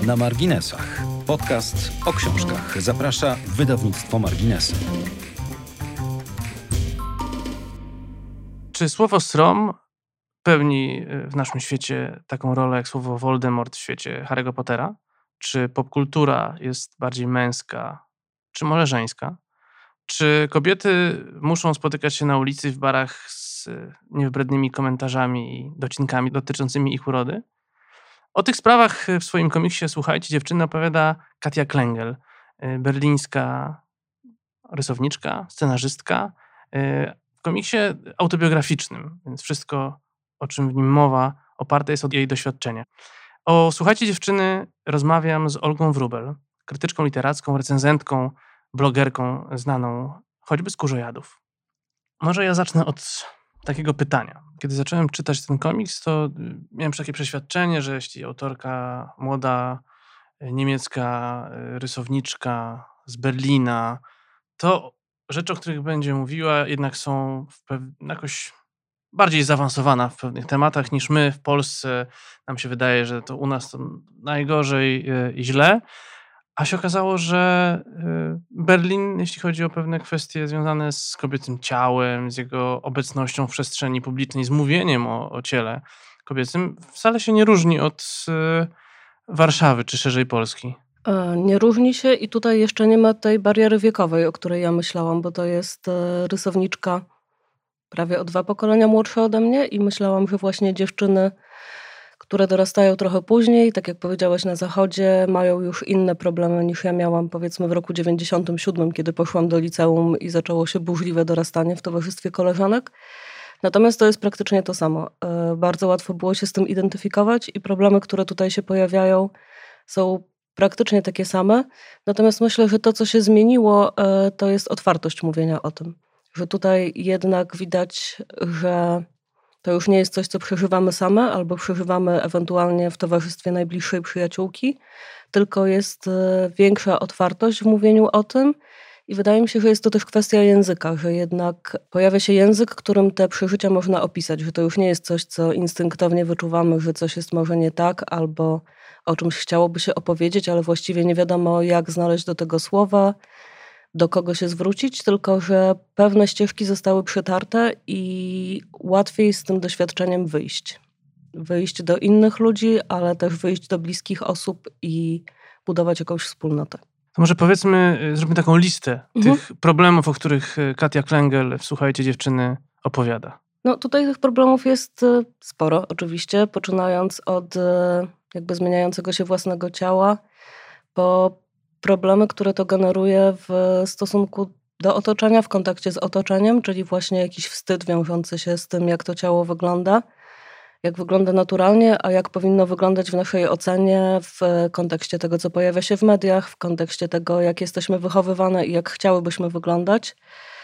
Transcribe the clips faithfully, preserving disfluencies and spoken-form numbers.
Na marginesach. Podcast o książkach. Zaprasza wydawnictwo Marginesy. Czy słowo srom pełni w naszym świecie taką rolę jak słowo Voldemort w świecie Harry'ego Pottera? Czy popkultura jest bardziej męska, czy może żeńska? Czy kobiety muszą spotykać się na ulicy w barach z niewybrednymi komentarzami i docinkami dotyczącymi ich urody? O tych sprawach w swoim komiksie Słuchajcie dziewczyny opowiada Katia Klengel, berlińska rysowniczka, scenarzystka, w komiksie autobiograficznym, więc wszystko, o czym w nim mowa, oparte jest o jej doświadczenie. O Słuchajcie dziewczyny rozmawiam z Olgą Wróbel, krytyczką literacką, recenzentką, blogerką znaną choćby z Kurzojadów. Może ja zacznę od takiego pytania. Kiedy zacząłem czytać ten komiks, to miałem takie przeświadczenie, że jeśli autorka młoda, niemiecka rysowniczka z Berlina, to rzeczy, o których będzie mówiła, jednak są w pew- jakoś bardziej zaawansowana w pewnych tematach niż my w Polsce. Nam się wydaje, że to u nas to najgorzej i źle. A się okazało, że Berlin, jeśli chodzi o pewne kwestie związane z kobiecym ciałem, z jego obecnością w przestrzeni publicznej, z mówieniem o, o ciele kobiecym, wcale się nie różni od Warszawy, czy szerzej Polski. Nie różni się i tutaj jeszcze nie ma tej bariery wiekowej, o której ja myślałam, bo to jest rysowniczka prawie o dwa pokolenia młodsza ode mnie i myślałam, że właśnie dziewczyny, które dorastają trochę później, tak jak powiedziałaś, na zachodzie, mają już inne problemy niż ja miałam, powiedzmy w roku dziewięćdziesiątym siódmym, kiedy poszłam do liceum i zaczęło się burzliwe dorastanie w towarzystwie koleżanek. Natomiast to jest praktycznie to samo. Bardzo łatwo było się z tym identyfikować i problemy, które tutaj się pojawiają, są praktycznie takie same. Natomiast myślę, że to, co się zmieniło, to jest otwartość mówienia o tym. Że tutaj jednak widać, że to już nie jest coś, co przeżywamy same albo przeżywamy ewentualnie w towarzystwie najbliższej przyjaciółki, tylko jest większa otwartość w mówieniu o tym i wydaje mi się, że jest to też kwestia języka, że jednak pojawia się język, którym te przeżycia można opisać, że to już nie jest coś, co instynktownie wyczuwamy, że coś jest może nie tak albo o czymś chciałoby się opowiedzieć, ale właściwie nie wiadomo, jak znaleźć do tego słowa, do kogo się zwrócić, tylko że pewne ścieżki zostały przetarte i łatwiej z tym doświadczeniem wyjść. Wyjść do innych ludzi, ale też wyjść do bliskich osób i budować jakąś wspólnotę. To może powiedzmy, zróbmy taką listę Mhm. tych problemów, o których Katia Klengel w Słuchajcie dziewczyny opowiada. No tutaj tych problemów jest sporo oczywiście, poczynając od jakby zmieniającego się własnego ciała, po problemy, które to generuje w stosunku do otoczenia, w kontakcie z otoczeniem, czyli właśnie jakiś wstyd wiążący się z tym, jak to ciało wygląda, jak wygląda naturalnie, a jak powinno wyglądać w naszej ocenie w kontekście tego, co pojawia się w mediach, w kontekście tego, jak jesteśmy wychowywane i jak chciałybyśmy wyglądać.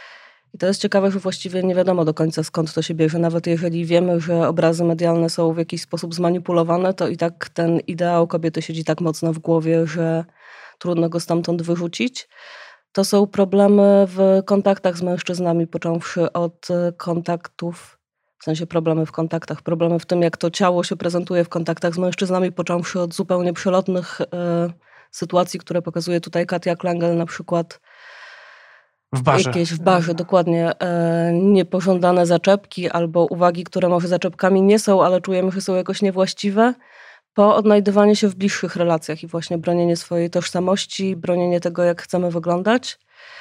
I to jest ciekawe, że właściwie nie wiadomo do końca, skąd to się bierze. Nawet jeżeli wiemy, że obrazy medialne są w jakiś sposób zmanipulowane, to i tak ten ideał kobiety siedzi tak mocno w głowie, że trudno go stamtąd wyrzucić. To są problemy w kontaktach z mężczyznami, począwszy od kontaktów, w sensie problemy w kontaktach, problemy w tym, jak to ciało się prezentuje w kontaktach z mężczyznami, począwszy od zupełnie przelotnych y, sytuacji, które pokazuje tutaj Katia Klengel, na przykład w barze. Jakieś w barze, dokładnie, e, niepożądane zaczepki albo uwagi, które może zaczepkami nie są, ale czujemy, że są jakoś niewłaściwe, po odnajdywanie się w bliższych relacjach i właśnie bronienie swojej tożsamości, bronienie tego, jak chcemy wyglądać.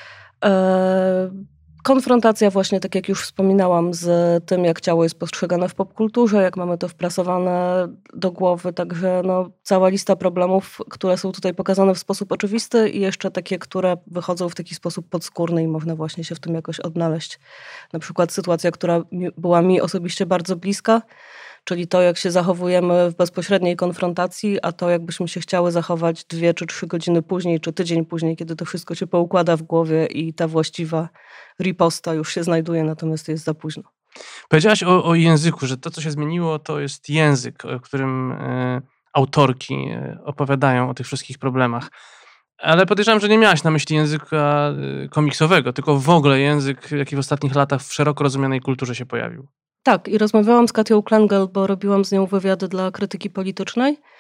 E, konfrontacja właśnie, tak jak już wspominałam, z tym, jak ciało jest postrzegane w popkulturze, jak mamy to wprasowane do głowy, także no, cała lista problemów, które są tutaj pokazane w sposób oczywisty i jeszcze takie, które wychodzą w taki sposób podskórny i można właśnie się w tym jakoś odnaleźć. Na przykład sytuacja, która mi, była mi osobiście bardzo bliska, czyli to, jak się zachowujemy w bezpośredniej konfrontacji, a to, jakbyśmy się chciały zachować dwie czy trzy godziny później, czy tydzień później, kiedy to wszystko się poukłada w głowie i ta właściwa riposta już się znajduje, natomiast jest za późno. Powiedziałaś o, o języku, że to, co się zmieniło, to jest język, o którym y, autorki y, opowiadają o tych wszystkich problemach. Ale podejrzewam, że nie miałaś na myśli języka y, komiksowego, tylko w ogóle język, jaki w ostatnich latach w szeroko rozumianej kulturze się pojawił. Tak, i rozmawiałam z Katią Klengel, bo robiłam z nią wywiady dla Krytyki Politycznej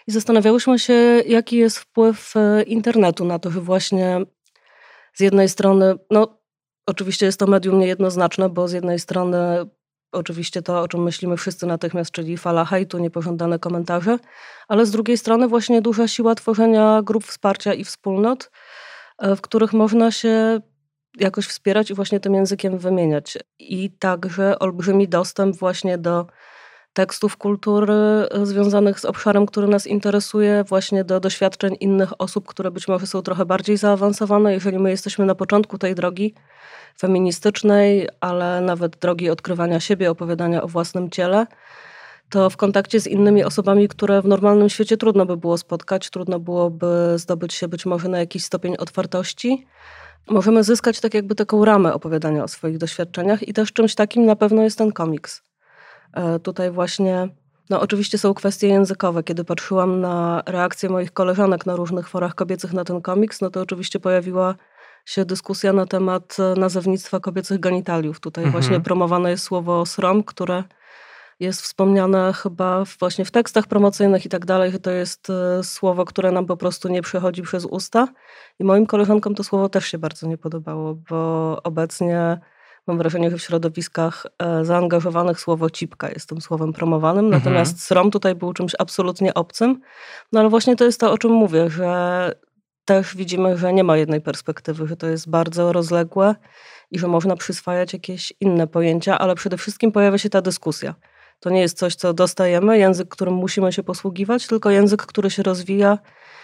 I zastanawiałyśmy się, jaki jest wpływ internetu na to, że właśnie z jednej strony, no oczywiście jest to medium niejednoznaczne, bo z jednej strony oczywiście to, o czym myślimy wszyscy natychmiast, czyli fala hejtu, niepożądane komentarze, ale z drugiej strony właśnie duża siła tworzenia grup wsparcia i wspólnot, w których można się jakoś wspierać i właśnie tym językiem wymieniać. I także olbrzymi dostęp właśnie do tekstów kultury związanych z obszarem, który nas interesuje, właśnie do doświadczeń innych osób, które być może są trochę bardziej zaawansowane. Jeżeli my jesteśmy na początku tej drogi feministycznej, ale nawet drogi odkrywania siebie, opowiadania o własnym ciele, to w kontakcie z innymi osobami, które w normalnym świecie trudno by było spotkać, trudno byłoby zdobyć się być może na jakiś stopień otwartości, możemy zyskać tak jakby taką ramę opowiadania o swoich doświadczeniach i też czymś takim na pewno jest ten komiks. Tutaj właśnie, no oczywiście są kwestie językowe. Kiedy patrzyłam na reakcje moich koleżanek na różnych forach kobiecych na ten komiks, no to oczywiście pojawiła się dyskusja na temat nazewnictwa kobiecych genitaliów. Tutaj mhm. właśnie promowane jest słowo srom, które jest wspomniane chyba właśnie w tekstach promocyjnych i tak dalej, że to jest słowo, które nam po prostu nie przechodzi przez usta. I moim koleżankom to słowo też się bardzo nie podobało, bo obecnie mam wrażenie, że w środowiskach zaangażowanych słowo cipka jest tym słowem promowanym, mhm. natomiast srom tutaj był czymś absolutnie obcym. No ale właśnie to jest to, o czym mówię, że też widzimy, że nie ma jednej perspektywy, że to jest bardzo rozległe i że można przyswajać jakieś inne pojęcia, ale przede wszystkim pojawia się ta dyskusja. To nie jest coś, co dostajemy, język, którym musimy się posługiwać, tylko język, który się rozwija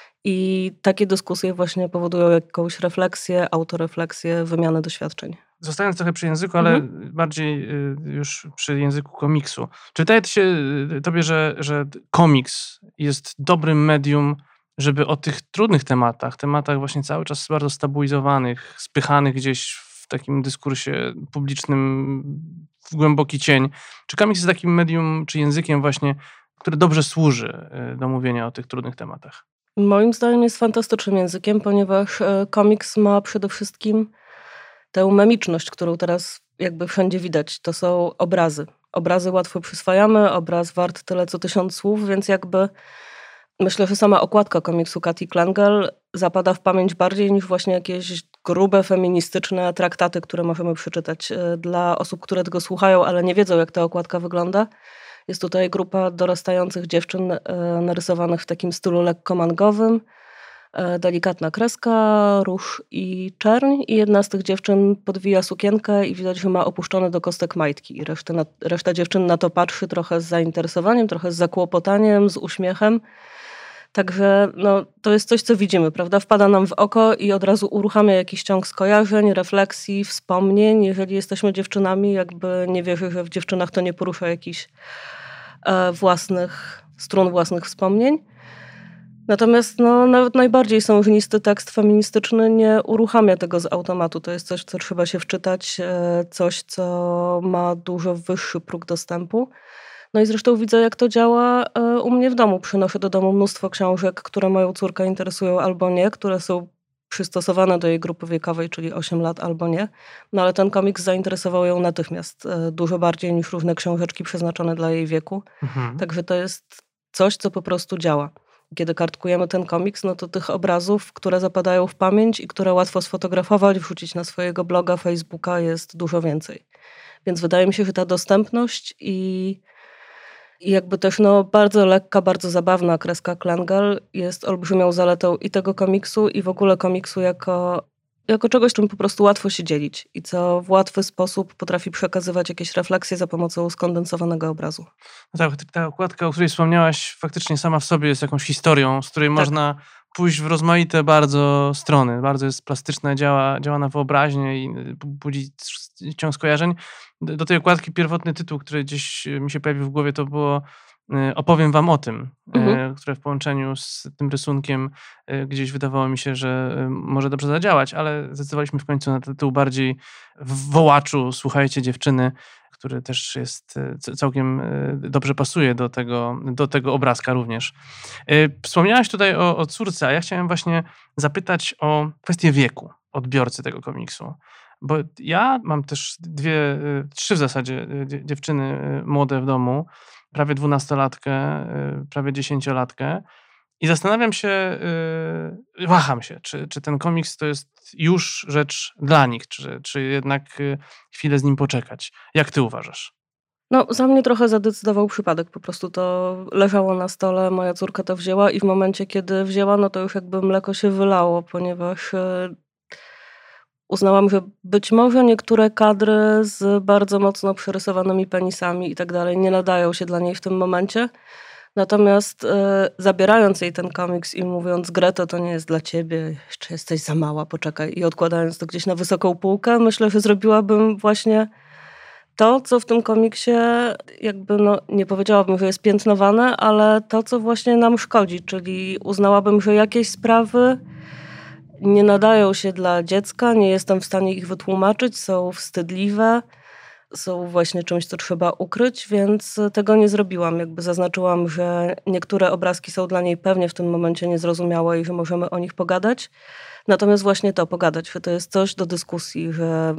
i takie dyskusje właśnie powodują jakąś refleksję, autorefleksję, wymianę doświadczeń. Zostając trochę przy języku, ale mhm. bardziej już przy języku komiksu. Czy wydaje się tobie, że, że komiks jest dobrym medium, żeby o tych trudnych tematach, tematach właśnie cały czas bardzo stabilizowanych, spychanych gdzieś w takim dyskursie publicznym w głęboki cień, czy komiks jest takim medium, czy językiem właśnie, który dobrze służy do mówienia o tych trudnych tematach? Moim zdaniem jest fantastycznym językiem, ponieważ komiks ma przede wszystkim tę memiczność, którą teraz jakby wszędzie widać. To są obrazy. Obrazy łatwo przyswajamy, obraz wart tyle co tysiąc słów, więc jakby myślę, że sama okładka komiksu Katy Klengel zapada w pamięć bardziej niż właśnie jakieś grube, feministyczne traktaty, które możemy przeczytać. Dla osób, które tego słuchają, ale nie wiedzą, jak ta okładka wygląda, jest tutaj grupa dorastających dziewczyn narysowanych w takim stylu lekko mangowym. Delikatna kreska, róż i czerń i jedna z tych dziewczyn podwija sukienkę i widać, że ma opuszczone do kostek majtki. I reszta, na, reszta dziewczyn na to patrzy trochę z zainteresowaniem, trochę z zakłopotaniem, z uśmiechem. Także no, to jest coś, co widzimy, prawda? Wpada nam w oko i od razu uruchamia jakiś ciąg skojarzeń, refleksji, wspomnień. Jeżeli jesteśmy dziewczynami, jakby nie wierzę, że w dziewczynach to nie porusza jakichś e, własnych, strun własnych wspomnień. Natomiast no, nawet najbardziej sążnisty tekst feministyczny nie uruchamia tego z automatu. To jest coś, w co trzeba się wczytać, coś, co ma dużo wyższy próg dostępu. No i zresztą widzę, jak to działa u mnie w domu. Przynoszę do domu mnóstwo książek, które moją córkę interesują albo nie, które są przystosowane do jej grupy wiekowej, czyli osiem lat albo nie. No ale ten komiks zainteresował ją natychmiast. Dużo bardziej niż różne książeczki przeznaczone dla jej wieku. Mhm. Także to jest coś, co po prostu działa. Kiedy kartkujemy ten komiks, no to tych obrazów, które zapadają w pamięć i które łatwo sfotografować, wrzucić na swojego bloga, Facebooka jest dużo więcej. Więc wydaje mi się, że ta dostępność i, i jakby też no bardzo lekka, bardzo zabawna kreska Klengel jest olbrzymią zaletą i tego komiksu i w ogóle komiksu jako, jako czegoś, czym po prostu łatwo się dzielić i co w łatwy sposób potrafi przekazywać jakieś refleksje za pomocą skondensowanego obrazu. No tak, ta okładka, o której wspomniałaś, faktycznie sama w sobie jest jakąś historią, z której tak. można pójść w rozmaite bardzo strony. Bardzo jest plastyczna, działa, działa na wyobraźnię i budzi ciąg skojarzeń. Do tej okładki pierwotny tytuł, który gdzieś mi się pojawił w głowie, to było Opowiem wam o tym, mhm. które w połączeniu z tym rysunkiem gdzieś wydawało mi się, że może dobrze zadziałać, ale zdecydowaliśmy w końcu na tytuł bardziej w wołaczu Słuchajcie dziewczyny, który też jest całkiem dobrze pasuje do tego, do tego obrazka również. Wspomniałaś tutaj o, o córce, a ja chciałem właśnie zapytać o kwestię wieku odbiorcy tego komiksu. Bo ja mam też dwie, trzy w zasadzie dziewczyny młode w domu, prawie dwunastolatkę, prawie dziesięciolatkę I zastanawiam się, yy, waham się, czy, czy ten komiks to jest już rzecz dla nich, czy, czy jednak yy, chwilę z nim poczekać. Jak ty uważasz? No, za mnie trochę zadecydował przypadek. Po prostu to leżało na stole, moja córka to wzięła i w momencie, kiedy wzięła, no to już jakby mleko się wylało, ponieważ yy, uznałam, że być może niektóre kadry z bardzo mocno przerysowanymi penisami i tak dalej nie nadają się dla niej w tym momencie. Natomiast e, zabierając jej ten komiks i mówiąc: Greto, to nie jest dla ciebie, jeszcze jesteś za mała, poczekaj, i odkładając to gdzieś na wysoką półkę, myślę, że zrobiłabym właśnie to, co w tym komiksie jakby, no nie powiedziałabym, że jest piętnowane, ale to, co właśnie nam szkodzi, czyli uznałabym, że jakieś sprawy nie nadają się dla dziecka, nie jestem w stanie ich wytłumaczyć, są wstydliwe, są właśnie czymś, co trzeba ukryć, więc tego nie zrobiłam. Jakby zaznaczyłam, że niektóre obrazki są dla niej pewnie w tym momencie niezrozumiałe i że możemy o nich pogadać. Natomiast właśnie to, pogadać, że to jest coś do dyskusji, że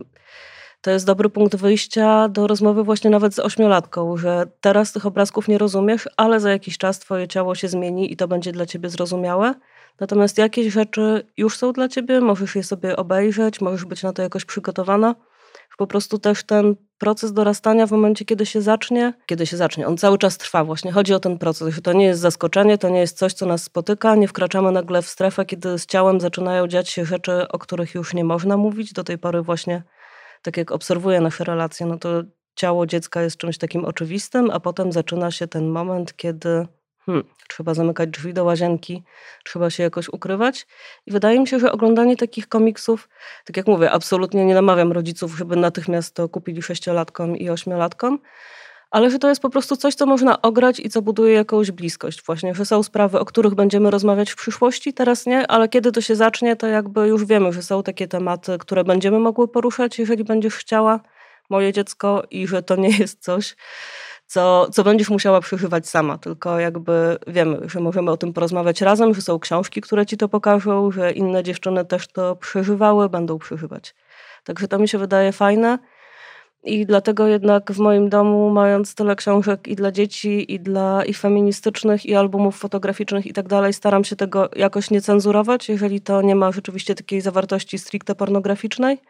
to jest dobry punkt wyjścia do rozmowy właśnie nawet z ośmiolatką, że teraz tych obrazków nie rozumiesz, ale za jakiś czas twoje ciało się zmieni i to będzie dla ciebie zrozumiałe. Natomiast jakieś rzeczy już są dla ciebie, możesz je sobie obejrzeć, możesz być na to jakoś przygotowana. Po prostu też ten proces dorastania w momencie, kiedy się zacznie, kiedy się zacznie, on cały czas trwa. Właśnie chodzi o ten proces, że to nie jest zaskoczenie, to nie jest coś, co nas spotyka, nie wkraczamy nagle w strefę, kiedy z ciałem zaczynają dziać się rzeczy, o których już nie można mówić. Do tej pory właśnie, tak jak obserwuję nasze relacje, no to ciało dziecka jest czymś takim oczywistym, a potem zaczyna się ten moment, kiedy Hmm, trzeba zamykać drzwi do łazienki, trzeba się jakoś ukrywać. I wydaje mi się, że oglądanie takich komiksów, tak jak mówię, absolutnie nie namawiam rodziców, żeby natychmiast to kupili sześciolatkom i ośmiolatkom, ale że to jest po prostu coś, co można ograć i co buduje jakąś bliskość. Właśnie, że są sprawy, o których będziemy rozmawiać w przyszłości, teraz nie, ale kiedy to się zacznie, to jakby już wiemy, że są takie tematy, które będziemy mogły poruszać, jeżeli będziesz chciała, moje dziecko, i że to nie jest coś, co, co będziesz musiała przeżywać sama, tylko jakby wiemy, że możemy o tym porozmawiać razem, że są książki, które ci to pokażą, że inne dziewczyny też to przeżywały, będą przeżywać. Także to mi się wydaje fajne i dlatego jednak w moim domu, mając tyle książek i dla dzieci, i dla i feministycznych, i albumów fotograficznych i tak dalej, staram się tego jakoś nie cenzurować, jeżeli to nie ma rzeczywiście takiej zawartości stricte pornograficznej,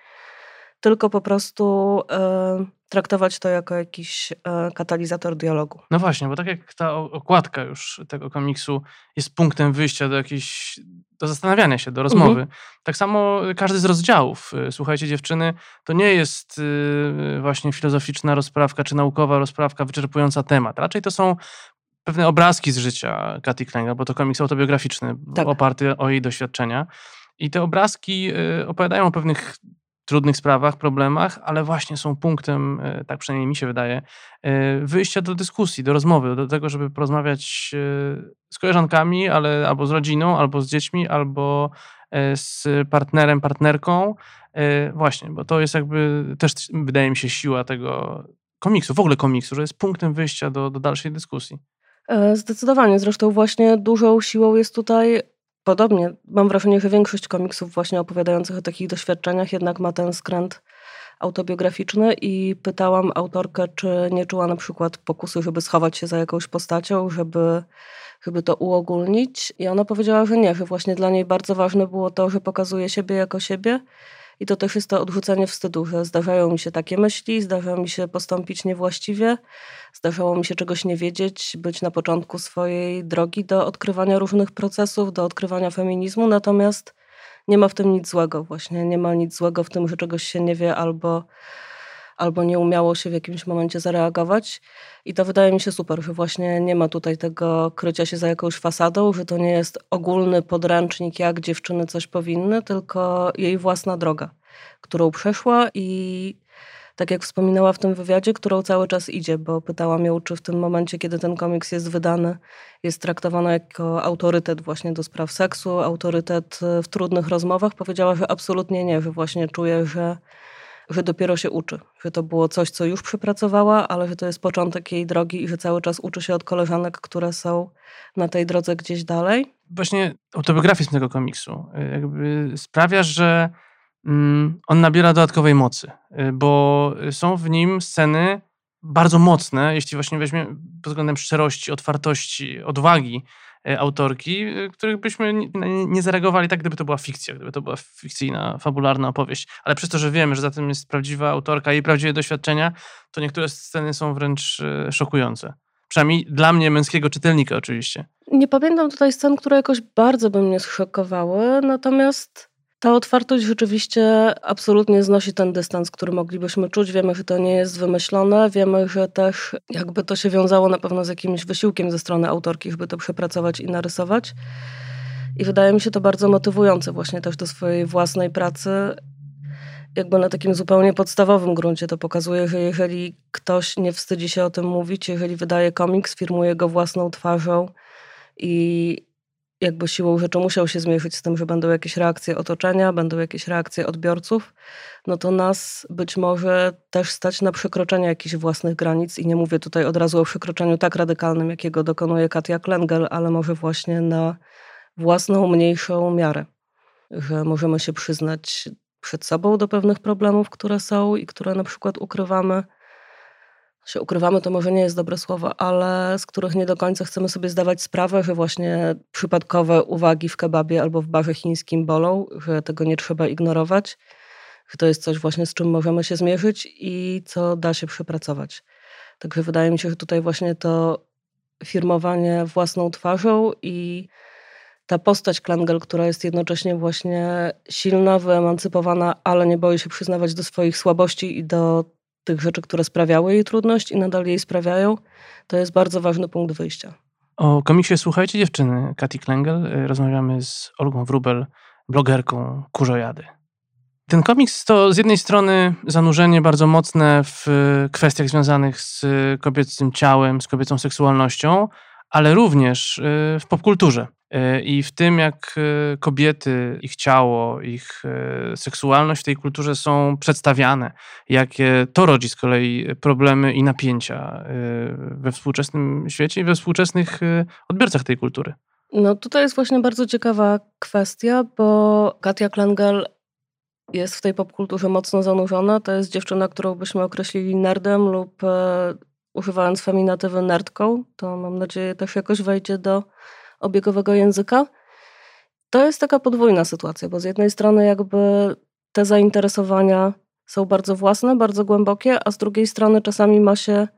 tylko po prostu e, traktować to jako jakiś e, katalizator dialogu. No właśnie, bo tak jak ta okładka już tego komiksu jest punktem wyjścia do jakiejś, do zastanawiania się, do rozmowy, mhm. tak samo każdy z rozdziałów, słuchajcie dziewczyny, to nie jest y, właśnie filozoficzna rozprawka czy naukowa rozprawka wyczerpująca temat. Raczej to są pewne obrazki z życia Katy Klein, bo to komiks autobiograficzny, tak. oparty o jej doświadczenia. I te obrazki y, opowiadają o pewnych trudnych sprawach, problemach, ale właśnie są punktem, tak przynajmniej mi się wydaje, wyjścia do dyskusji, do rozmowy, do tego, żeby porozmawiać z koleżankami, ale albo z rodziną, albo z dziećmi, albo z partnerem, partnerką. Właśnie, bo to jest jakby też, wydaje mi się, siła tego komiksu, w ogóle komiksu, że jest punktem wyjścia do, do dalszej dyskusji. Zdecydowanie. Zresztą właśnie dużą siłą jest tutaj podobnie. Mam wrażenie, że większość komiksów właśnie opowiadających o takich doświadczeniach jednak ma ten skręt autobiograficzny i pytałam autorkę, czy nie czuła na przykład pokusy, żeby schować się za jakąś postacią, żeby, żeby to uogólnić. I ona powiedziała, że nie, że właśnie dla niej bardzo ważne było to, że pokazuje siebie jako siebie. I to też jest to odrzucenie wstydu, że zdarzają mi się takie myśli, zdarza mi się postąpić niewłaściwie, zdarzało mi się czegoś nie wiedzieć, być na początku swojej drogi do odkrywania różnych procesów, do odkrywania feminizmu, natomiast nie ma w tym nic złego właśnie, nie ma nic złego w tym, że czegoś się nie wie albo, albo nie umiało się w jakimś momencie zareagować. I to wydaje mi się super, że właśnie nie ma tutaj tego krycia się za jakąś fasadą, że to nie jest ogólny podręcznik, jak dziewczyny coś powinny, tylko jej własna droga, którą przeszła i tak jak wspominała w tym wywiadzie, którą cały czas idzie, bo pytałam ją, czy w tym momencie, kiedy ten komiks jest wydany, jest traktowana jako autorytet właśnie do spraw seksu, autorytet w trudnych rozmowach. Powiedziała, że absolutnie nie, że właśnie czuje, że że dopiero się uczy, że to było coś, co już przepracowała, ale że to jest początek jej drogi i że cały czas uczy się od koleżanek, które są na tej drodze gdzieś dalej. Właśnie autobiografizm tego komiksu jakby sprawia, że on nabiera dodatkowej mocy, bo są w nim sceny bardzo mocne, jeśli właśnie weźmiemy pod względem szczerości, otwartości, odwagi e, autorki, e, których byśmy nie, nie zareagowali tak, gdyby to była fikcja, gdyby to była fikcyjna, fabularna opowieść. Ale przez to, że wiemy, że za tym jest prawdziwa autorka i prawdziwe doświadczenia, to niektóre sceny są wręcz e, szokujące. Przynajmniej dla mnie, męskiego czytelnika oczywiście. Nie pamiętam tutaj scen, które jakoś bardzo by mnie zszokowały, natomiast ta otwartość rzeczywiście absolutnie znosi ten dystans, który moglibyśmy czuć. Wiemy, że to nie jest wymyślone, wiemy, że też jakby to się wiązało na pewno z jakimś wysiłkiem ze strony autorki, żeby to przepracować i narysować. I wydaje mi się to bardzo motywujące właśnie też do swojej własnej pracy. Jakby na takim zupełnie podstawowym gruncie to pokazuje, że jeżeli ktoś nie wstydzi się o tym mówić, jeżeli wydaje komiks, firmuje go własną twarzą i jakby siłą rzeczy musiał się zmierzyć z tym, że będą jakieś reakcje otoczenia, będą jakieś reakcje odbiorców, no to nas być może też stać na przekroczenie jakichś własnych granic i nie mówię tutaj od razu o przekroczeniu tak radykalnym, jakiego dokonuje Katia Klengel, ale może właśnie na własną, mniejszą miarę, że możemy się przyznać przed sobą do pewnych problemów, które są i które na przykład ukrywamy. Się ukrywamy, to może nie jest dobre słowo, ale z których nie do końca chcemy sobie zdawać sprawę, że właśnie przypadkowe uwagi w kebabie albo w barze chińskim bolą, że tego nie trzeba ignorować, że to jest coś właśnie, z czym możemy się zmierzyć i co da się przepracować. Także wydaje mi się, że tutaj właśnie to firmowanie własną twarzą i ta postać Klengel, która jest jednocześnie właśnie silna, wyemancypowana, ale nie boi się przyznawać do swoich słabości i do tych rzeczy, które sprawiały jej trudność i nadal jej sprawiają, to jest bardzo ważny punkt wyjścia. O komiksie Słuchajcie dziewczyny Katii Klengel rozmawiamy z Olgą Wróbel, blogerką Kurzojady. Ten komiks to z jednej strony zanurzenie bardzo mocne w kwestiach związanych z kobiecym ciałem, z kobiecą seksualnością, ale również w popkulturze i w tym, jak kobiety, ich ciało, ich seksualność w tej kulturze są przedstawiane, jakie to rodzi z kolei problemy i napięcia we współczesnym świecie i we współczesnych odbiorcach tej kultury. No tutaj jest właśnie bardzo ciekawa kwestia, bo Katia Klengel jest w tej popkulturze mocno zanurzona. To jest dziewczyna, którą byśmy określili nerdem lub e, używając feminatywy nerdką. To mam nadzieję też jakoś wejdzie do obiegowego języka. To jest taka podwójna sytuacja, bo z jednej strony jakby te zainteresowania są bardzo własne, bardzo głębokie, a z drugiej strony czasami ma się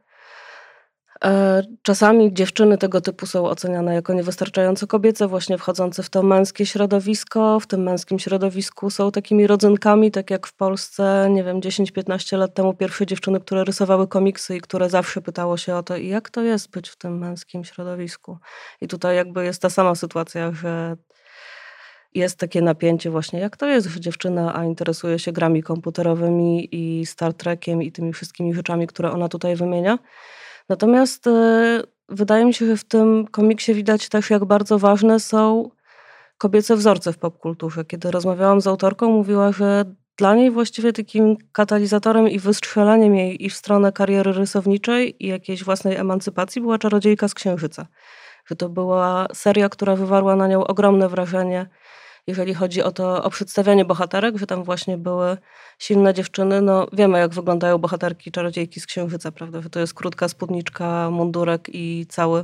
e, czasami dziewczyny tego typu są oceniane jako niewystarczająco kobiece, właśnie wchodzące w to męskie środowisko. W tym męskim środowisku są takimi rodzynkami, tak jak w Polsce, nie wiem, dziesięć piętnaście lat temu pierwsze dziewczyny, które rysowały komiksy i które zawsze pytało się o to, i jak to jest być w tym męskim środowisku. I tutaj jakby jest ta sama sytuacja, że jest takie napięcie właśnie, jak to jest, że dziewczyna a interesuje się grami komputerowymi i Star Trekiem i tymi wszystkimi rzeczami, które ona tutaj wymienia. Natomiast e, wydaje mi się, że w tym komiksie widać też, jak bardzo ważne są kobiece wzorce w popkulturze. Kiedy rozmawiałam z autorką, mówiła, że dla niej właściwie takim katalizatorem i wystrzeleniem jej i w stronę kariery rysowniczej i jakiejś własnej emancypacji była Czarodziejka z Księżyca. Że to była seria, która wywarła na nią ogromne wrażenie, jeżeli chodzi o to, o przedstawianie bohaterek, że tam właśnie były silne dziewczyny. No wiemy, jak wyglądają bohaterki Czarodziejki z Księżyca, prawda? Że to jest krótka spódniczka, mundurek i cały,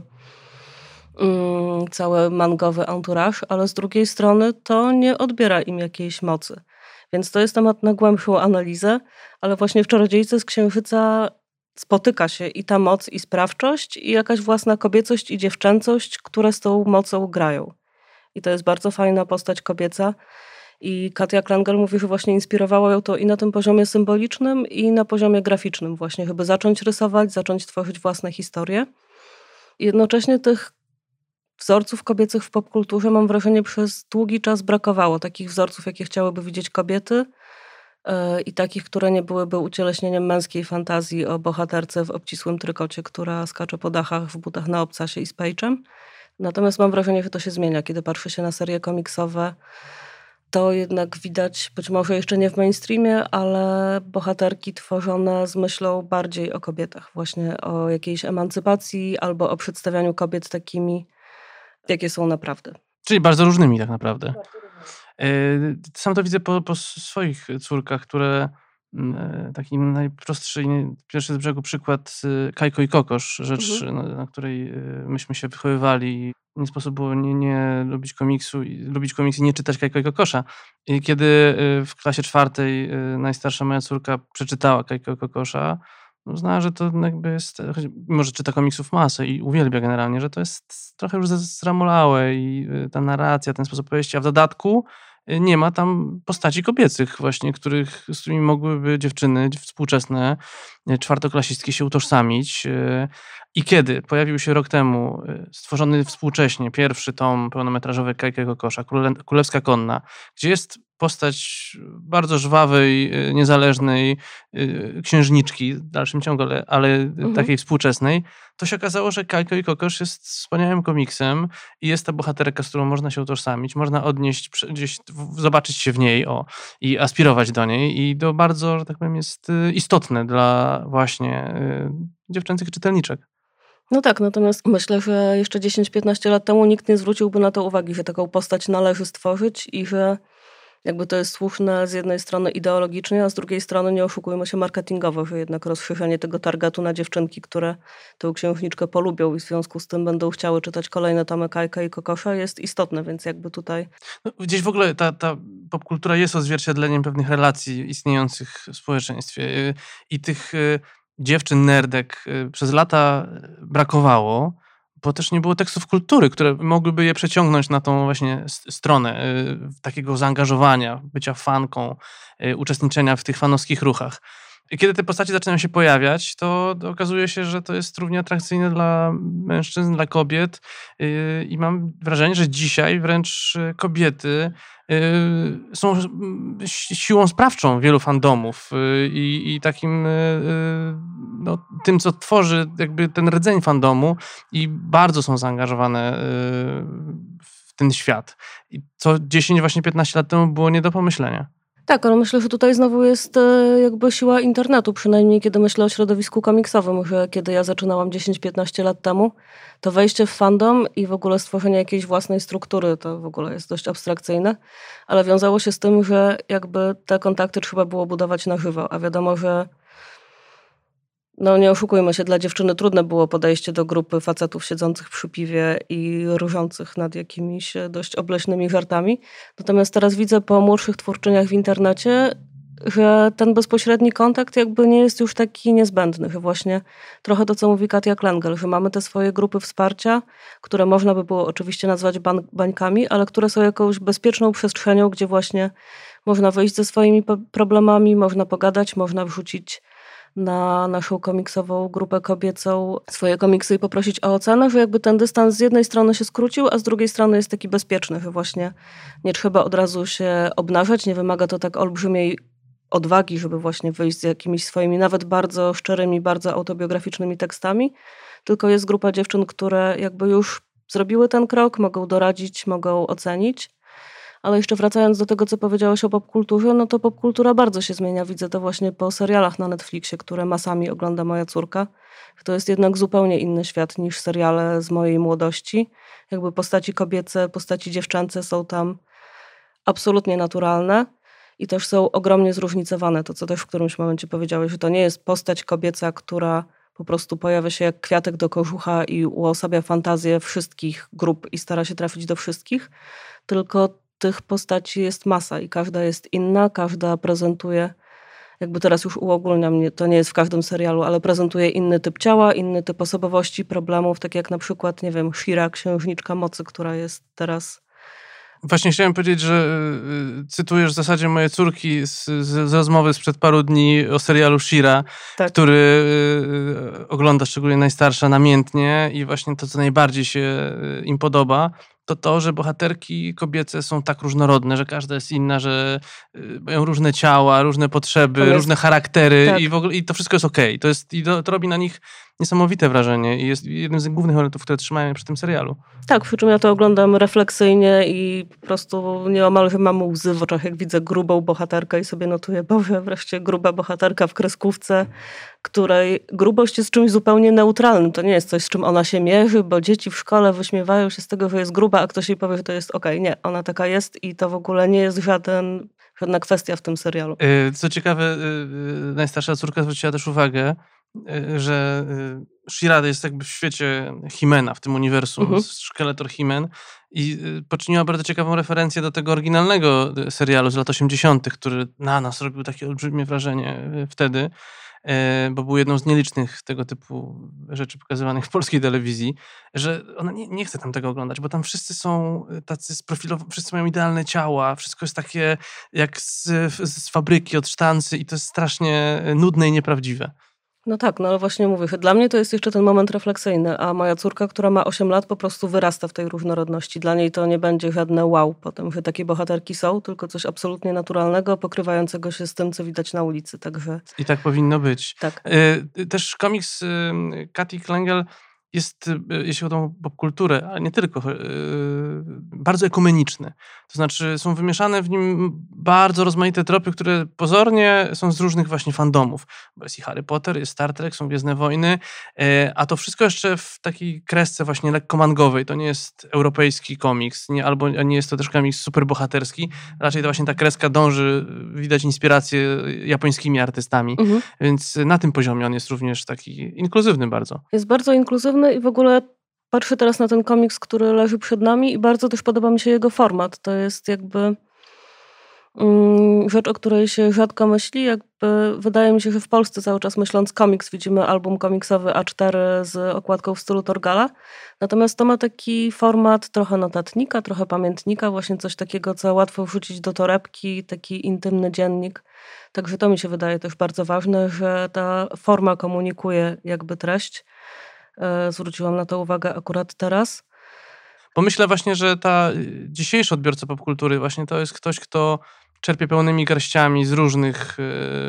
mm, cały mangowy entourage, ale z drugiej strony to nie odbiera im jakiejś mocy. Więc to jest temat na głębszą analizę, ale właśnie w Czarodziejce z Księżyca spotyka się i ta moc, i sprawczość, i jakaś własna kobiecość i dziewczęcość, które z tą mocą grają. I to jest bardzo fajna postać kobieca. I Katia Klengel mówi, że właśnie inspirowało ją to i na tym poziomie symbolicznym, i na poziomie graficznym właśnie, żeby zacząć rysować, zacząć tworzyć własne historie. I jednocześnie tych wzorców kobiecych w popkulturze, mam wrażenie, przez długi czas brakowało. Takich wzorców, jakie chciałyby widzieć kobiety yy, i takich, które nie byłyby ucieleśnieniem męskiej fantazji o bohaterce w obcisłym trykocie, która skacze po dachach w butach na obcasie i z pejczem. Natomiast mam wrażenie, że to się zmienia. Kiedy patrzy się na serie komiksowe, to jednak widać, być może jeszcze nie w mainstreamie, ale bohaterki tworzone z myślą bardziej o kobietach. Właśnie o jakiejś emancypacji albo o przedstawianiu kobiet takimi, jakie są naprawdę. Czyli bardzo różnymi tak naprawdę. Sam to widzę po, po swoich córkach, które taki najprostszy i pierwszy z brzegu przykład Kajko i Kokosz, rzecz, Mhm. na, na której myśmy się wychowywali. Nie sposób było nie, nie lubić komiksu, i lubić komiks i nie czytać Kajko i Kokosza. I kiedy w klasie czwartej najstarsza moja córka przeczytała Kajko i Kokosza, uznała, że to jakby jest, mimo że czyta komiksów masę i uwielbia generalnie, że to jest trochę już zramolałe i ta narracja, ten sposób opowieści, a w dodatku nie ma tam postaci kobiecych właśnie, których, z którymi mogłyby dziewczyny współczesne, czwartoklasistki się utożsamić. I kiedy pojawił się rok temu stworzony współcześnie pierwszy tom pełnometrażowy Kajka i Kokosza, Królewska Konna, gdzie jest postać bardzo żwawej, niezależnej księżniczki w dalszym ciągu, ale, ale Mhm. takiej współczesnej, to się okazało, że Kajko i Kokosz jest wspaniałym komiksem i jest ta bohaterka, z którą można się utożsamić, można odnieść, gdzieś zobaczyć się w niej o, i aspirować do niej i to bardzo, że tak powiem, jest istotne dla właśnie dziewczęcych czytelniczek. No tak, natomiast myślę, że jeszcze dziesięć piętnaście lat temu nikt nie zwróciłby na to uwagi, że taką postać należy stworzyć i że jakby to jest słuszne z jednej strony ideologicznie, a z drugiej strony nie oszukujmy się marketingowo, że jednak rozszerzenie tego targetu na dziewczynki, które tę księżniczkę polubią i w związku z tym będą chciały czytać kolejne tomy Kajka i Kokosza jest istotne, więc jakby tutaj... No, gdzieś w ogóle ta, ta popkultura jest odzwierciedleniem pewnych relacji istniejących w społeczeństwie i tych dziewczyn nerdek przez lata brakowało, bo też nie było tekstów kultury, które mogłyby je przeciągnąć na tą właśnie stronę y, takiego zaangażowania, bycia fanką, y, uczestniczenia w tych fanowskich ruchach. I kiedy te postacie zaczynają się pojawiać, to, to okazuje się, że to jest równie atrakcyjne dla mężczyzn, dla kobiet y, i mam wrażenie, że dzisiaj wręcz kobiety y, są siłą sprawczą wielu fandomów y, i takim y, no, tym, co tworzy jakby ten rdzeń fandomu i bardzo są zaangażowane y, w ten świat. I co dziesięć, właśnie piętnaście lat temu było nie do pomyślenia. Tak, ale myślę, że tutaj znowu jest jakby siła internetu, przynajmniej kiedy myślę o środowisku komiksowym, że kiedy ja zaczynałam dziesięć piętnaście lat temu, to wejście w fandom i w ogóle stworzenie jakiejś własnej struktury to w ogóle jest dość abstrakcyjne, ale wiązało się z tym, że jakby te kontakty trzeba było budować na żywo, a wiadomo, że no nie oszukujmy się, dla dziewczyny trudne było podejście do grupy facetów siedzących przy piwie i różących nad jakimiś dość obleśnymi żartami. Natomiast teraz widzę po młodszych twórczyniach w internecie, że ten bezpośredni kontakt jakby nie jest już taki niezbędny, że właśnie trochę to, co mówi Katia Klengel, że mamy te swoje grupy wsparcia, które można by było oczywiście nazwać bań- bańkami, ale które są jakąś bezpieczną przestrzenią, gdzie właśnie można wyjść ze swoimi po- problemami, można pogadać, można wrzucić na naszą komiksową grupę kobiecą swoje komiksy i poprosić o ocenę, że jakby ten dystans z jednej strony się skrócił, a z drugiej strony jest taki bezpieczny, że właśnie nie trzeba od razu się obnażać, nie wymaga to tak olbrzymiej odwagi, żeby właśnie wyjść z jakimiś swoimi nawet bardzo szczerymi, bardzo autobiograficznymi tekstami, tylko jest grupa dziewczyn, które jakby już zrobiły ten krok, mogą doradzić, mogą ocenić. Ale jeszcze wracając do tego, co powiedziałeś o popkulturze, no to popkultura bardzo się zmienia. Widzę to właśnie po serialach na Netflixie, które masami ogląda moja córka. To jest jednak zupełnie inny świat niż seriale z mojej młodości. Jakby postaci kobiece, postaci dziewczęce są tam absolutnie naturalne i też są ogromnie zróżnicowane. To, co też w którymś momencie powiedziałeś, że to nie jest postać kobieca, która po prostu pojawia się jak kwiatek do kożucha i uosabia fantazję wszystkich grup i stara się trafić do wszystkich, tylko tych postaci jest masa i każda jest inna, każda prezentuje, jakby teraz już uogólniam, nie, to nie jest w każdym serialu, ale prezentuje inny typ ciała, inny typ osobowości, problemów, tak jak na przykład, nie wiem, She-Ra, Księżniczka Mocy, która jest teraz... Właśnie chciałem powiedzieć, że y, cytujesz w zasadzie moje córki z, z, z rozmowy sprzed paru dni o serialu She-Ra, tak. który y, y, ogląda szczególnie najstarsza namiętnie i właśnie to, co najbardziej się y, im podoba, to to, że bohaterki kobiece są tak różnorodne, że każda jest inna, że mają różne ciała, różne potrzeby, jest... różne charaktery tak. i, w ogóle, i to wszystko jest okej. Okay. To, jest, i to, to robi na nich niesamowite wrażenie i jest jednym z głównych elementów, które trzymają mnie przy tym serialu. Tak, przy czym ja to oglądam refleksyjnie i po prostu nieomal mam łzy w oczach, jak widzę grubą bohaterkę i sobie notuję, Boże, wreszcie gruba bohaterka w kreskówce, której grubość jest czymś zupełnie neutralnym. To nie jest coś, z czym ona się mierzy, bo dzieci w szkole wyśmiewają się z tego, że jest gruba, a ktoś jej powie, że to jest okej. Okay. Nie, ona taka jest i to w ogóle nie jest żaden żadna kwestia w tym serialu. Co ciekawe, najstarsza córka zwróciła też uwagę, że She-Ra jest jakby w świecie He-Mana, w tym uniwersum, mhm. Szkieletor He-Man, i poczyniła bardzo ciekawą referencję do tego oryginalnego serialu z lat osiemdziesiątych, który na nas robił takie olbrzymie wrażenie wtedy, bo był jedną z nielicznych tego typu rzeczy pokazywanych w polskiej telewizji, że ona nie, nie chce tam tego oglądać, bo tam wszyscy są tacy sprofilowani, wszyscy mają idealne ciała, wszystko jest takie jak z, z fabryki, od sztancy, i to jest strasznie nudne i nieprawdziwe. No tak, no ale właśnie mówię, dla mnie to jest jeszcze ten moment refleksyjny, a moja córka, która ma osiem lat, po prostu wyrasta w tej różnorodności. Dla niej to nie będzie żadne wow potem, że takie bohaterki są, tylko coś absolutnie naturalnego, pokrywającego się z tym, co widać na ulicy. Także... I tak powinno być. Tak. Też komiks Katy Klengel jest, jeśli chodzi o popkulturę, ale nie tylko, bardzo ekumeniczny. To znaczy są wymieszane w nim bardzo rozmaite tropy, które pozornie są z różnych właśnie fandomów. Bo jest i Harry Potter, jest Star Trek, są Gwiezdne Wojny, a to wszystko jeszcze w takiej kresce właśnie lekko mangowej. To nie jest europejski komiks, nie, albo nie jest to też komiks superbohaterski. Raczej to właśnie ta kreska dąży, widać inspirację japońskimi artystami. Mhm. Więc na tym poziomie on jest również taki inkluzywny bardzo. Jest bardzo inkluzywny i w ogóle patrzę teraz na ten komiks, który leży przed nami, i bardzo też podoba mi się jego format. To jest jakby mm, rzecz, o której się rzadko myśli. Jakby wydaje mi się, że w Polsce cały czas, myśląc komiks, widzimy album komiksowy A cztery z okładką w stylu Torgala. Natomiast to ma taki format trochę notatnika, trochę pamiętnika, właśnie coś takiego, co łatwo wrzucić do torebki, taki intymny dziennik. Także to mi się wydaje też bardzo ważne, że ta forma komunikuje jakby treść. Zwróciłam na to uwagę akurat teraz. Bo myślę właśnie, że ta dzisiejszy odbiorca popkultury właśnie to jest ktoś, kto czerpie pełnymi garściami z różnych,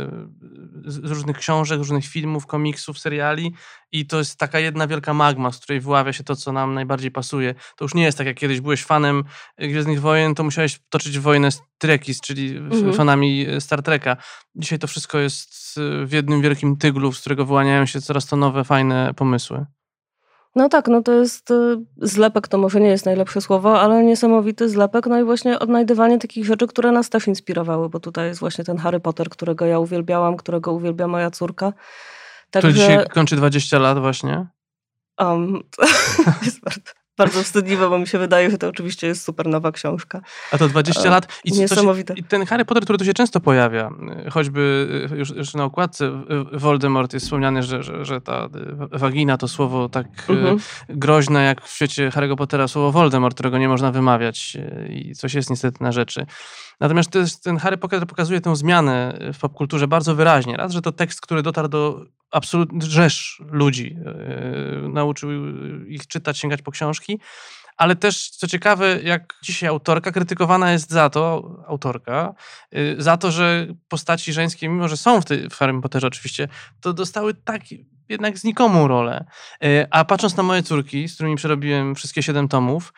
z różnych książek, różnych filmów, komiksów, seriali, i to jest taka jedna wielka magma, z której wyławia się to, co nam najbardziej pasuje. To już nie jest tak, jak kiedyś byłeś fanem Gwiezdnych Wojen, to musiałeś toczyć wojnę z Trekkies, czyli mhm. fanami Star Treka. Dzisiaj to wszystko jest w jednym wielkim tyglu, z którego wyłaniają się coraz to nowe, fajne pomysły. No tak, no to jest zlepek, to może nie jest najlepsze słowo, ale niesamowity zlepek, no i właśnie odnajdywanie takich rzeczy, które nas też inspirowały, bo tutaj jest właśnie ten Harry Potter, którego ja uwielbiałam, którego uwielbia moja córka. Także... Który dzisiaj kończy dwadzieścia lat właśnie? Um, to jest bardzo, bardzo wstydliwe, bo mi się wydaje, że to oczywiście jest super nowa książka. A to dwadzieścia lat. I Niesamowite. Się, I ten Harry Potter, który tu się często pojawia, choćby już, już na okładce Voldemort jest wspomniany, że, że, że ta wagina to słowo tak mhm. groźne, jak w świecie Harry'ego Pottera słowo Voldemort, którego nie można wymawiać, i coś jest niestety na rzeczy. Natomiast to jest, ten Harry Potter pokazuje tę zmianę w popkulturze bardzo wyraźnie. Raz, że to tekst, który dotarł do absolutnie rzesz ludzi, yy, nauczył ich czytać, sięgać po książki, ale też, co ciekawe, jak dzisiaj autorka krytykowana jest za to, autorka, yy, za to, że postaci żeńskie, mimo że są w, tej, w Harrym Potterze oczywiście, to dostały tak jednak znikomą rolę. Yy, a patrząc na moje córki, z którymi przerobiłem wszystkie siedem tomów,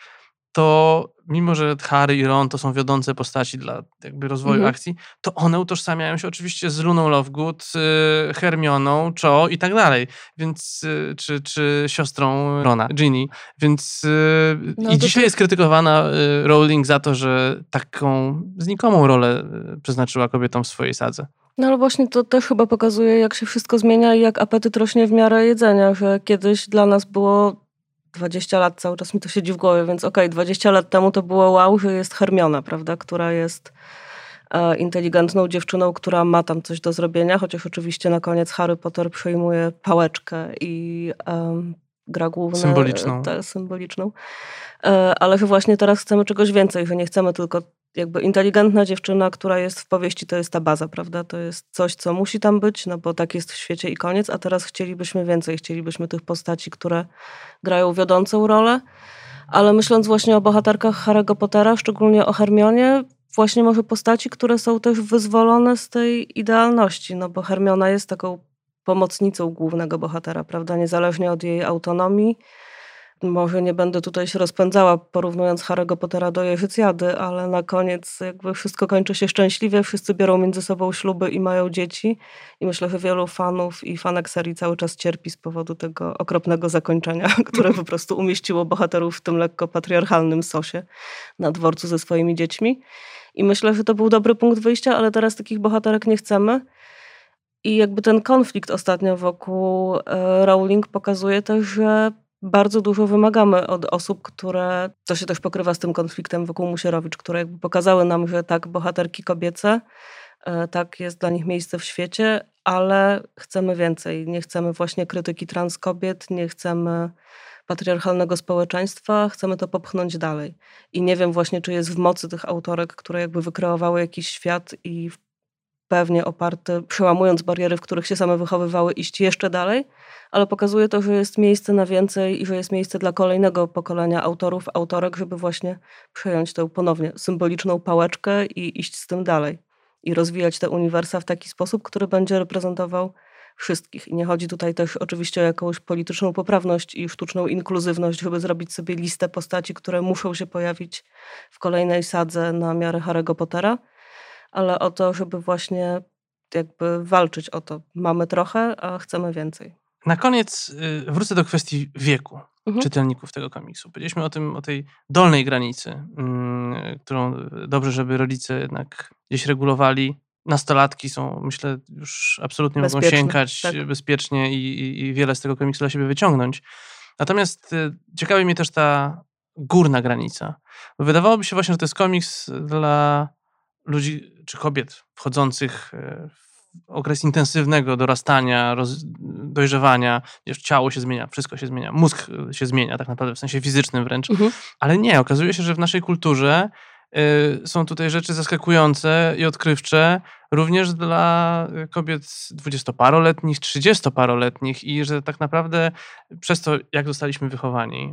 to mimo, że Harry i Ron to są wiodące postaci dla jakby rozwoju mhm. akcji, to one utożsamiają się oczywiście z Luną Lovegood, Hermioną, Cho i tak dalej, więc czy, czy siostrą Rona, Ginny, więc no, i dzisiaj to... jest krytykowana Rowling za to, że taką znikomą rolę przeznaczyła kobietom w swojej sadze. No ale właśnie to też chyba pokazuje, jak się wszystko zmienia i jak apetyt rośnie w miarę jedzenia, że kiedyś dla nas było dwadzieścia lat, cały czas mi to siedzi w głowie, więc okej, okay, dwadzieścia lat temu to było wow, że jest Hermiona, prawda, która jest e, inteligentną dziewczyną, która ma tam coś do zrobienia, chociaż oczywiście na koniec Harry Potter przejmuje pałeczkę i e, gra główną. Symboliczną. Te, symboliczną. E, ale że właśnie teraz chcemy czegoś więcej, że nie chcemy tylko jakby inteligentna dziewczyna, która jest w powieści, to jest ta baza, prawda? To jest coś, co musi tam być, no bo tak jest w świecie i koniec, a teraz chcielibyśmy więcej. Chcielibyśmy tych postaci, które grają wiodącą rolę, ale myśląc właśnie o bohaterkach Harry'ego Pottera, szczególnie o Hermionie, właśnie może postaci, które są też wyzwolone z tej idealności, no bo Hermiona jest taką pomocnicą głównego bohatera, prawda? Niezależnie od jej autonomii, może nie będę tutaj się rozpędzała, porównując Harry'ego Pottera do Jeżycjady, ale na koniec jakby wszystko kończy się szczęśliwie, wszyscy biorą między sobą śluby i mają dzieci. I myślę, że wielu fanów i fanek serii cały czas cierpi z powodu tego okropnego zakończenia, które po prostu umieściło bohaterów w tym lekko patriarchalnym sosie na dworcu ze swoimi dziećmi. I myślę, że to był dobry punkt wyjścia, ale teraz takich bohaterek nie chcemy. I jakby ten konflikt ostatnio wokół Rowling pokazuje też, że bardzo dużo wymagamy od osób, które, to się też pokrywa z tym konfliktem wokół Musierowicz, które jakby pokazały nam, że tak, bohaterki kobiece, tak, jest dla nich miejsce w świecie, ale chcemy więcej. Nie chcemy właśnie krytyki trans kobiet, nie chcemy patriarchalnego społeczeństwa, chcemy to popchnąć dalej. I nie wiem właśnie, czy jest w mocy tych autorek, które jakby wykreowały jakiś świat i pewnie oparty, przełamując bariery, w których się same wychowywały, iść jeszcze dalej, ale pokazuje to, że jest miejsce na więcej i że jest miejsce dla kolejnego pokolenia autorów, autorek, żeby właśnie przejąć tę ponownie symboliczną pałeczkę i iść z tym dalej. I rozwijać te uniwersa w taki sposób, który będzie reprezentował wszystkich. I nie chodzi tutaj też oczywiście o jakąś polityczną poprawność i sztuczną inkluzywność, żeby zrobić sobie listę postaci, które muszą się pojawić w kolejnej sadze na miarę Harry'ego Pottera, ale o to, żeby właśnie jakby walczyć o to. Mamy trochę, a chcemy więcej. Na koniec y, wrócę do kwestii wieku Mhm. czytelników tego komiksu. Powiedzieliśmy o tym, o tej dolnej granicy, y, którą dobrze, żeby rodzice jednak gdzieś regulowali. Nastolatki są, myślę, już absolutnie mogą Bezpieczne, sięgać tak. bezpiecznie i, i, i wiele z tego komiksu dla siebie wyciągnąć. Natomiast y, ciekawi mnie też ta górna granica. Wydawałoby się właśnie, że to jest komiks dla ludzi czy kobiet wchodzących w okres intensywnego dorastania, roz, dojrzewania, wiesz, ciało się zmienia, wszystko się zmienia, mózg się zmienia tak naprawdę w sensie fizycznym wręcz, Mhm. ale nie, okazuje się, że w naszej kulturze y, są tutaj rzeczy zaskakujące i odkrywcze również dla kobiet dwudziestoparoletnich, trzydziestoparoletnich i że tak naprawdę przez to, jak zostaliśmy wychowani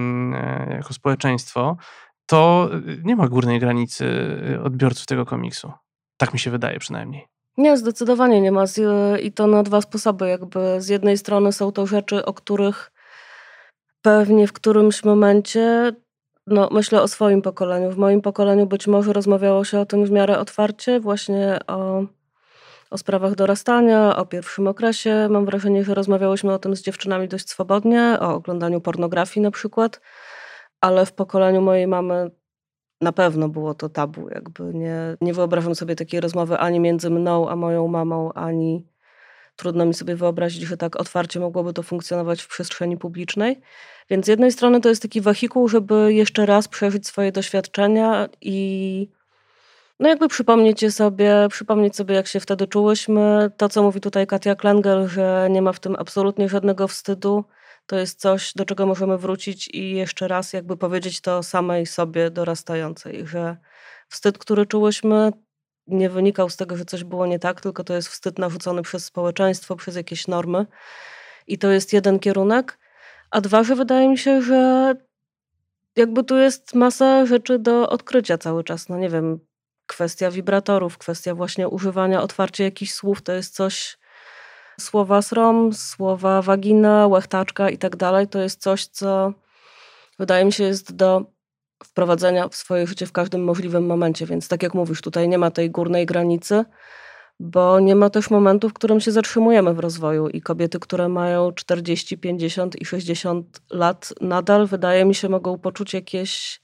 y, jako społeczeństwo, to nie ma górnej granicy odbiorców tego komiksu. Tak mi się wydaje przynajmniej. Nie, zdecydowanie nie ma. Z- I to na dwa sposoby. Jakby z jednej strony są to rzeczy, o których pewnie w którymś momencie, no myślę o swoim pokoleniu. W moim pokoleniu być może rozmawiało się o tym w miarę otwarcie, właśnie o, o sprawach dorastania, o pierwszym okresie. Mam wrażenie, że rozmawiałyśmy o tym z dziewczynami dość swobodnie, o oglądaniu pornografii na przykład, ale w pokoleniu mojej mamy na pewno było to tabu. Jakby nie, nie wyobrażam sobie takiej rozmowy ani między mną a moją mamą, ani trudno mi sobie wyobrazić, że tak otwarcie mogłoby to funkcjonować w przestrzeni publicznej. Więc z jednej strony to jest taki wehikuł, żeby jeszcze raz przeżyć swoje doświadczenia i no jakby przypomnieć je sobie, przypomnieć sobie, jak się wtedy czułyśmy. To, co mówi tutaj Katia Klengel, że nie ma w tym absolutnie żadnego wstydu, to jest coś, do czego możemy wrócić i jeszcze raz jakby powiedzieć to samej sobie dorastającej, że wstyd, który czułyśmy, nie wynikał z tego, że coś było nie tak, tylko to jest wstyd narzucony przez społeczeństwo, przez jakieś normy. I to jest jeden kierunek. A dwa, że wydaje mi się, że jakby tu jest masa rzeczy do odkrycia cały czas. No nie wiem, kwestia wibratorów, kwestia właśnie używania otwarcie jakichś słów, to jest coś, słowa srom, słowa wagina, łechtaczka i tak dalej, to jest coś, co wydaje mi się jest do wprowadzenia w swoje życie w każdym możliwym momencie, więc tak jak mówisz, tutaj nie ma tej górnej granicy, bo nie ma też momentu, w którym się zatrzymujemy w rozwoju i kobiety, które mają czterdzieści, pięćdziesiąt i sześćdziesiąt lat nadal, wydaje mi się, mogą poczuć jakieś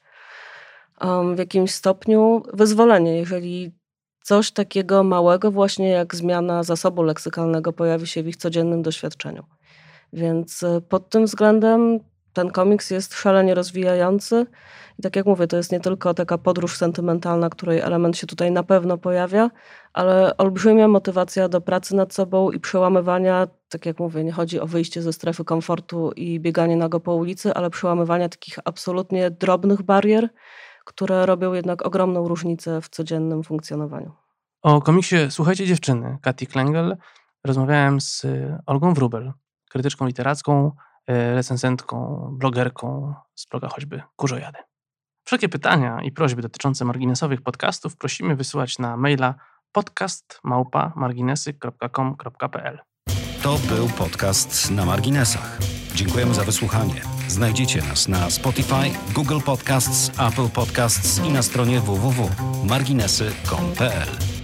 um, w jakimś stopniu wyzwolenie, jeżeli coś takiego małego właśnie jak zmiana zasobu leksykalnego pojawi się w ich codziennym doświadczeniu. Więc pod tym względem ten komiks jest szalenie rozwijający i tak jak mówię, to jest nie tylko taka podróż sentymentalna, której element się tutaj na pewno pojawia, ale olbrzymia motywacja do pracy nad sobą i przełamywania, tak jak mówię, nie chodzi o wyjście ze strefy komfortu i bieganie nago po ulicy, ale przełamywania takich absolutnie drobnych barier, które robią jednak ogromną różnicę w codziennym funkcjonowaniu. O komiksie Słuchajcie dziewczyny Katii Klengel rozmawiałem z Olgą Wróbel, krytyczką literacką, recenzentką, blogerką z bloga choćby Kurzojady. Wszelkie pytania i prośby dotyczące marginesowych podcastów prosimy wysyłać na maila podcast małpa marginesy kropka com kropka p l. To był podcast Na Marginesach. Dziękujemy za wysłuchanie. Znajdziecie nas na Spotify, Google Podcasts, Apple Podcasts i na stronie w w w kropka marginesy kropka p l.